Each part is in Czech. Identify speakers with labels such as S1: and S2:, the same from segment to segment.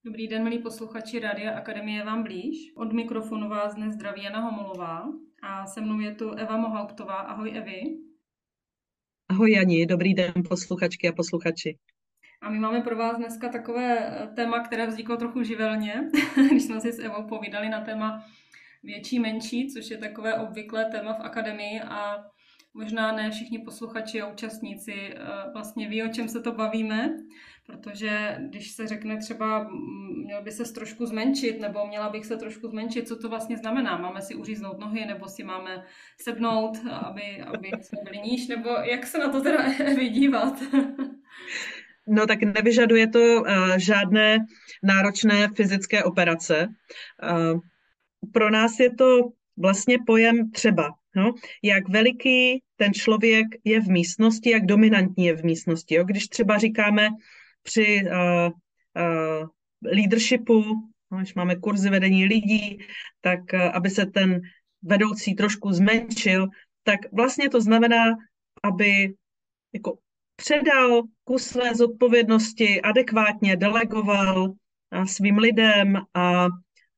S1: Dobrý den, milí posluchači Rádia Akademie vám blíž. Od mikrofonu vás dnes zdraví Jana Homolová a se mnou je tu Eva Mohauptová. Ahoj Evi.
S2: Ahoj Jani, dobrý den posluchačky a posluchači.
S1: A my máme pro vás dneska takové téma, které vzniklo trochu živelně, když jsme si s Evou povídali na téma větší, menší, což je takové obvyklé téma v akademii a možná ne všichni posluchači a účastníci vlastně ví, o čem se to bavíme, protože když se řekne třeba měl by se trošku zmenšit nebo měla bych se trošku zmenšit, co to vlastně znamená? Máme si uříznout nohy nebo si máme sednout, aby jsme byli níž, nebo jak se na to teda vydívat?
S2: No tak nevyžaduje to žádné náročné fyzické operace. Pro nás je to vlastně pojem třeba. No? Jak veliký ten člověk je v místnosti, jak dominantní je v místnosti. Jo? Když třeba říkáme při leadershipu, no, když máme kurzy vedení lidí, tak aby se ten vedoucí trošku zmenšil, tak vlastně to znamená, aby jako předal kus své zodpovědnosti, adekvátně delegoval svým lidem a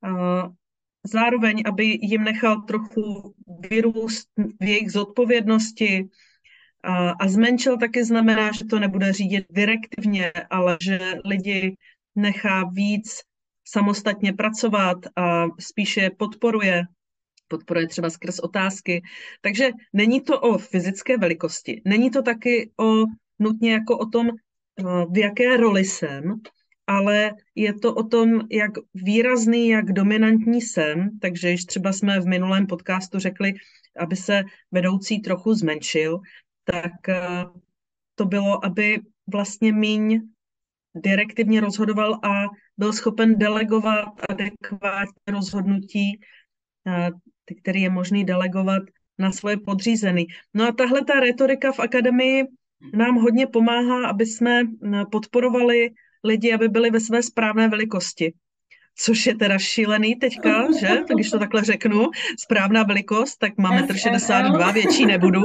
S2: zároveň, aby jim nechal trochu vyrůst v jejich zodpovědnosti a zmenšil taky znamená, že to nebude řídit direktivně, ale že lidi nechá víc samostatně pracovat a spíše je podporuje třeba skrz otázky. Takže není to o fyzické velikosti, není to taky nutně jako o tom, v jaké roli jsem, ale je to o tom, jak výrazný, jak dominantní jsem. Takže již třeba jsme v minulém podcastu řekli, aby se vedoucí trochu zmenšil, tak to bylo, aby vlastně míň direktivně rozhodoval a byl schopen delegovat adekvátní rozhodnutí, který je možný delegovat na svoje podřízený. No a tahle ta retorika v akademii nám hodně pomáhá, aby jsme podporovali lidi, aby byli ve své správné velikosti. Což je teda šílený teďka, že? Tak když to takhle řeknu, správná velikost, tak mám 1,62 m,
S1: SML.
S2: větší nebudu.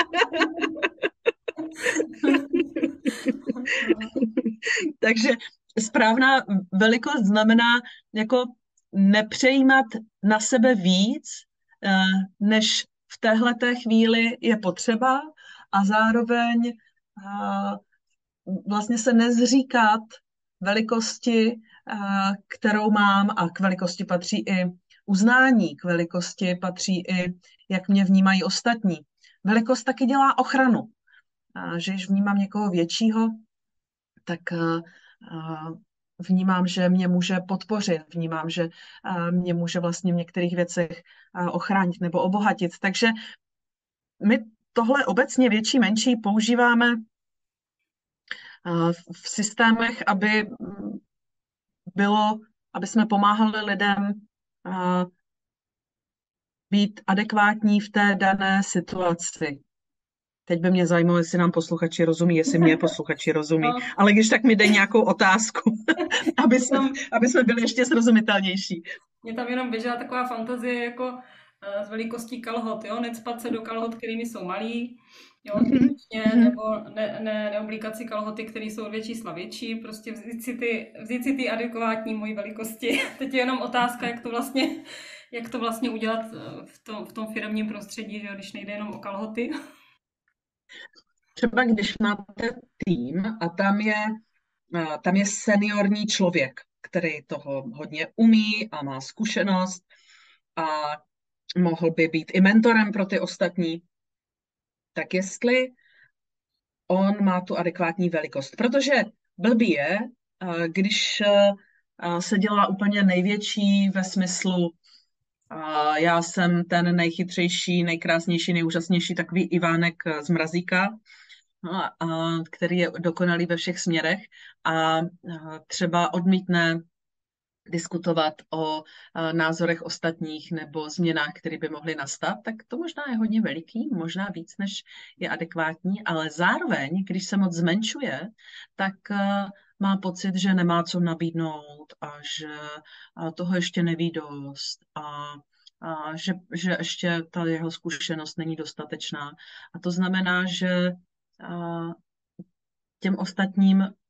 S2: Takže správná velikost znamená jako nepřejímat na sebe víc, než v téhleté chvíli je potřeba a zároveň vlastně se nezříkat velikosti, kterou mám, a k velikosti patří i uznání, k velikosti patří i, jak mě vnímají ostatní. Velikost taky dělá ochranu. Že když vnímám někoho většího, tak vnímám, že mě může podpořit, vnímám, že mě může vlastně v některých věcech ochránit nebo obohatit. Takže my tohle obecně větší, menší používáme v systémech, aby jsme pomáhali lidem být adekvátní v té dané situaci. Teď by mě zajímalo, jestli nám posluchači rozumí, jestli mě posluchači rozumí.
S1: No,
S2: Ale když tak mi dej nějakou otázku,
S1: tam
S2: aby jsme byli ještě srozumitelnější.
S1: Mně tam jenom běžela taková fantazie jako z velikostí kalhot, jo, necpat se do kalhot, kterými jsou malý, jo,
S2: Mhm,
S1: zbytečně,
S2: mhm.
S1: nebo neoblíkat si kalhoty, které jsou od větší větší, prostě vzít si ty adekvátní mojí velikosti. Teď je jenom otázka, jak to vlastně udělat v tom firemním prostředí, že jo, když nejde jenom o kalhoty.
S2: Třeba když máte tým a tam je seniorní člověk, který toho hodně umí a má zkušenost a mohl by být i mentorem pro ty ostatní, tak jestli on má tu adekvátní velikost. Protože blbý je, když se dělá úplně největší ve smyslu já jsem ten nejchytřejší, nejkrásnější, nejúžasnější, takový Ivánek z Mrazíka, no, který je dokonalý ve všech směrech a třeba odmítne diskutovat o názorech ostatních nebo změnách, které by mohly nastat, tak to možná je hodně veliký, možná víc, než je adekvátní, ale zároveň, když se moc zmenšuje, tak má pocit, že nemá co nabídnout a že toho ještě neví dost a že ještě ta jeho zkušenost není dostatečná. A to znamená, že těm ostatním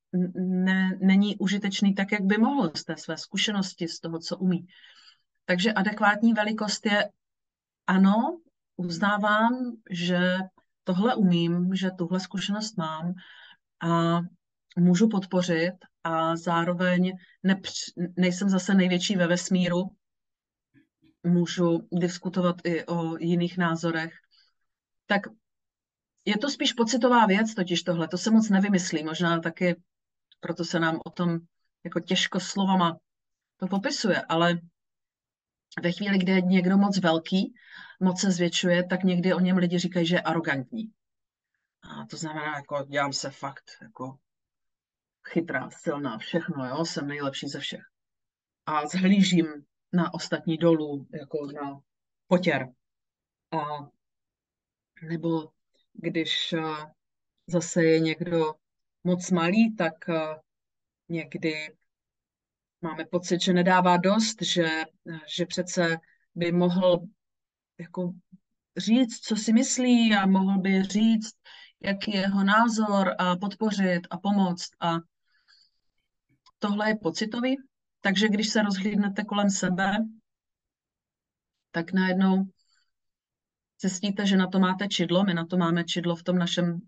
S2: není užitečný tak, jak by mohl z té své zkušenosti, z toho, co umí. Takže adekvátní velikost je ano, uznávám, že tohle umím, že tuhle zkušenost mám a můžu podpořit a zároveň nejsem zase největší ve vesmíru, můžu diskutovat i o jiných názorech. Tak je to spíš pocitová věc, totiž tohle, to se moc nevymyslí, možná taky proto se nám o tom jako těžko slovama to popisuje, ale ve chvíli, kdy je někdo moc velký, moc se zvětšuje, tak někdy o něm lidi říkají, že je arrogantní. A to znamená, jako dělám se fakt jako chytrá, silná, všechno, jo, jsem nejlepší ze všech. A zhlížím na ostatní dolů, jako na potěr. A nebo když zase je někdo moc malý, tak někdy máme pocit, že nedává dost, že přece by mohl jako říct, co si myslí a mohl by říct, jaký je jeho názor a podpořit a pomoct. A tohle je pocitový, takže když se rozhlídnete kolem sebe, tak najednou zjistíte, že na to máte čidlo. My na to máme čidlo v tom našem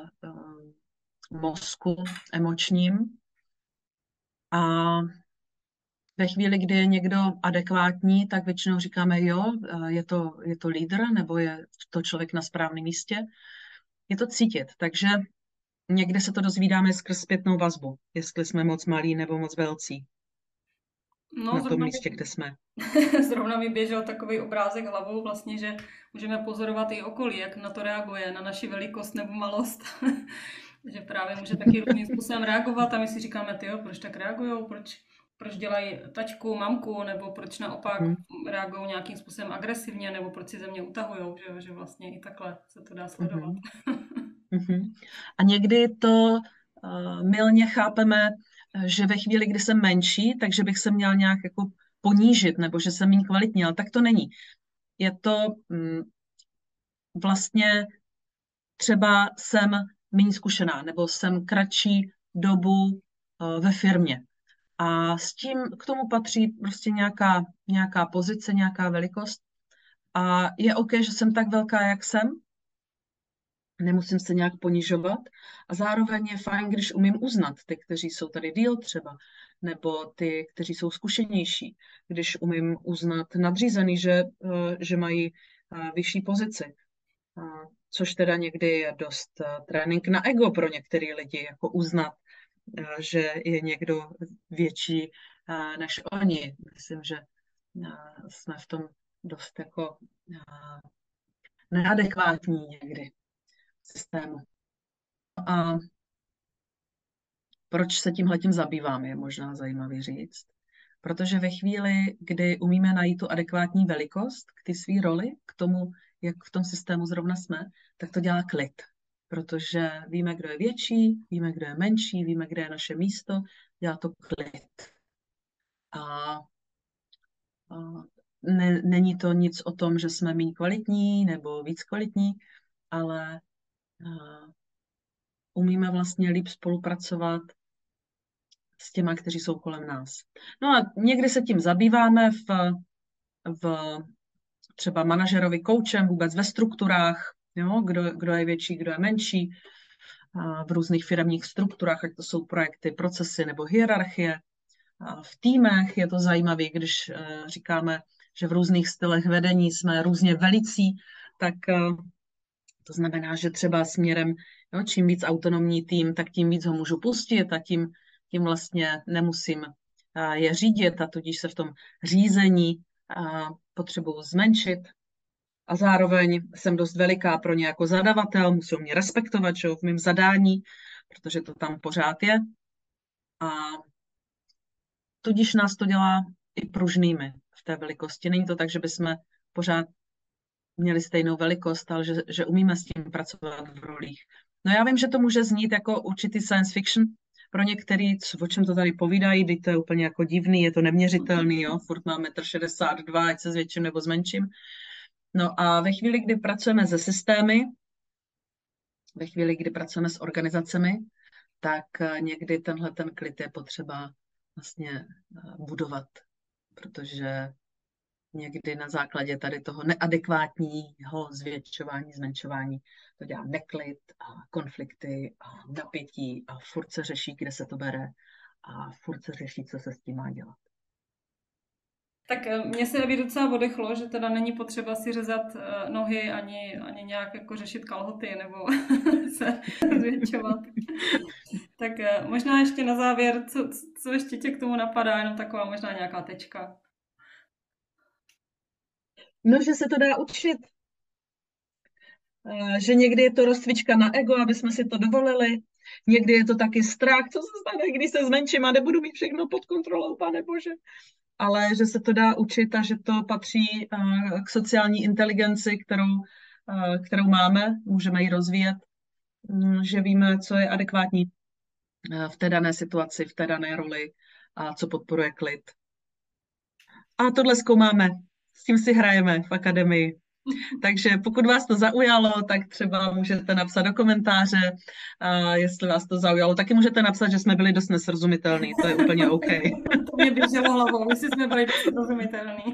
S2: mozku emočním. A ve chvíli, kdy je někdo adekvátní, tak většinou říkáme, jo, je to lídr, nebo je to člověk na správném místě. Je to cítit, takže někde se to dozvídáme skrz zpětnou vazbu, jestli jsme moc malí nebo moc velcí
S1: No,
S2: na tom místě, kde jsme.
S1: Zrovna mi běžel takový obrázek hlavou, vlastně, že můžeme pozorovat i okolí, jak na to reaguje, na naši velikost nebo malost. Že právě může taky různým způsobem reagovat a my si říkáme, tyjo, proč tak reagujou, proč dělají tačku, mamku, nebo proč naopak reagují nějakým způsobem agresivně, nebo proč si ze mě utahujou, že vlastně i takhle se to dá sledovat.
S2: A někdy to mylně chápeme, že ve chvíli, kdy jsem menší, takže bych se měl nějak jako ponížit, nebo že jsem méně kvalitní, ale tak to není. Je to vlastně třeba jsem méně zkušená, nebo jsem kratší dobu ve firmě. A s tím k tomu patří prostě nějaká pozice, nějaká velikost. A je OK, že jsem tak velká, jak jsem. Nemusím se nějak ponižovat. A zároveň je fajn, když umím uznat ty, kteří jsou tady díl třeba, nebo ty, kteří jsou zkušenější. Když umím uznat nadřízený, že mají vyšší pozici. Což teda někdy je dost trénink na ego pro některé lidi, jako uznat, že je někdo větší než oni. Myslím, že jsme v tom dost jako neadekvátní někdy systému. A proč se tímhletím zabývám, je možná zajímavý říct. Protože ve chvíli, kdy umíme najít tu adekvátní velikost k té své roli, k tomu, jak v tom systému zrovna jsme, tak to dělá klid. Protože víme, kdo je větší, víme, kdo je menší, víme, kde je naše místo, dělá to klid. A není to nic o tom, že jsme méně kvalitní nebo víc kvalitní, ale umíme vlastně líp spolupracovat s těma, kteří jsou kolem nás. No a někdy se tím zabýváme v třeba manažerovi koučem, vůbec ve strukturách, jo, kdo je větší, kdo je menší, v různých firemních strukturách, ať to jsou projekty, procesy nebo hierarchie. V týmech je to zajímavé, když říkáme, že v různých stylech vedení jsme různě velicí, tak to znamená, že třeba směrem, jo, čím víc autonomní tým, tak tím víc ho můžu pustit a tím vlastně nemusím je řídit a tudíž se v tom řízení potřebuji zmenšit. A zároveň jsem dost veliká pro ně jako zadavatel, musí mě respektovat, že v mém zadání, protože to tam pořád je. A tudíž nás to dělá i pružnými v té velikosti. Není to tak, že bychom pořád měli stejnou velikost, ale že umíme s tím pracovat v rolích. No já vím, že to může znít jako určitý science fiction pro některý, o čem to tady povídají, teď to je úplně jako divný, je to neměřitelný, jo, furt máme 1,62 m, ať se zvětším nebo zmenším. No a ve chvíli, kdy pracujeme se systémy, ve chvíli, kdy pracujeme s organizacemi, tak někdy ten klid je potřeba vlastně budovat, protože někdy na základě tady toho neadekvátního zvětšování, zmenšování to dělá neklid a konflikty a napětí a furt se řeší, kde se to bere a furt se řeší, co se s tím má dělat.
S1: Tak mně se Evi docela odechlo, že teda není potřeba si řezat nohy ani nějak jako řešit kalhoty nebo se zvětšovat. Tak možná ještě na závěr, co ještě tě k tomu napadá, jenom taková možná nějaká tečka.
S2: No, že se to dá učit. Že někdy je to rozcvička na ego, aby jsme si to dovolili. Někdy je to taky strach, co se stane, když se zmenším a nebudu mít všechno pod kontrolou, pane bože. Ale že se to dá učit a že to patří k sociální inteligenci, kterou máme, můžeme ji rozvíjet, že víme, co je adekvátní v té dané situaci, v té dané roli a co podporuje klid. A tohle zkoumáme, s tím si hrajeme v akademii. Takže pokud vás to zaujalo, tak třeba můžete napsat do komentáře, jestli vás to zaujalo. Taky můžete napsat, že jsme byli dost nesrozumitelní, to je úplně OK.
S1: To mě běželo hlavou, jestli jsme byli dost nesrozumitelní.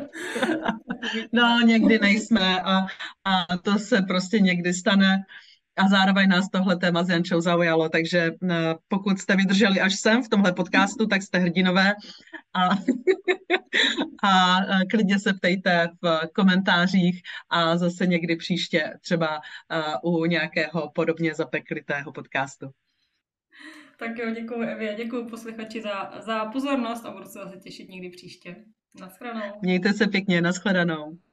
S2: No, někdy nejsme a to se prostě někdy stane. A zároveň nás tohle téma s Jančou zaujalo, takže pokud jste vydrželi až sem v tomhle podcastu, tak jste hrdinové a, a klidně se ptejte v komentářích a zase někdy příště třeba u nějakého podobně zapeklitého podcastu.
S1: Tak jo, děkuji Evě, děkuji posluchači za pozornost a budu se zase těšit někdy příště. Naschledanou.
S2: Mějte se pěkně, nashledanou.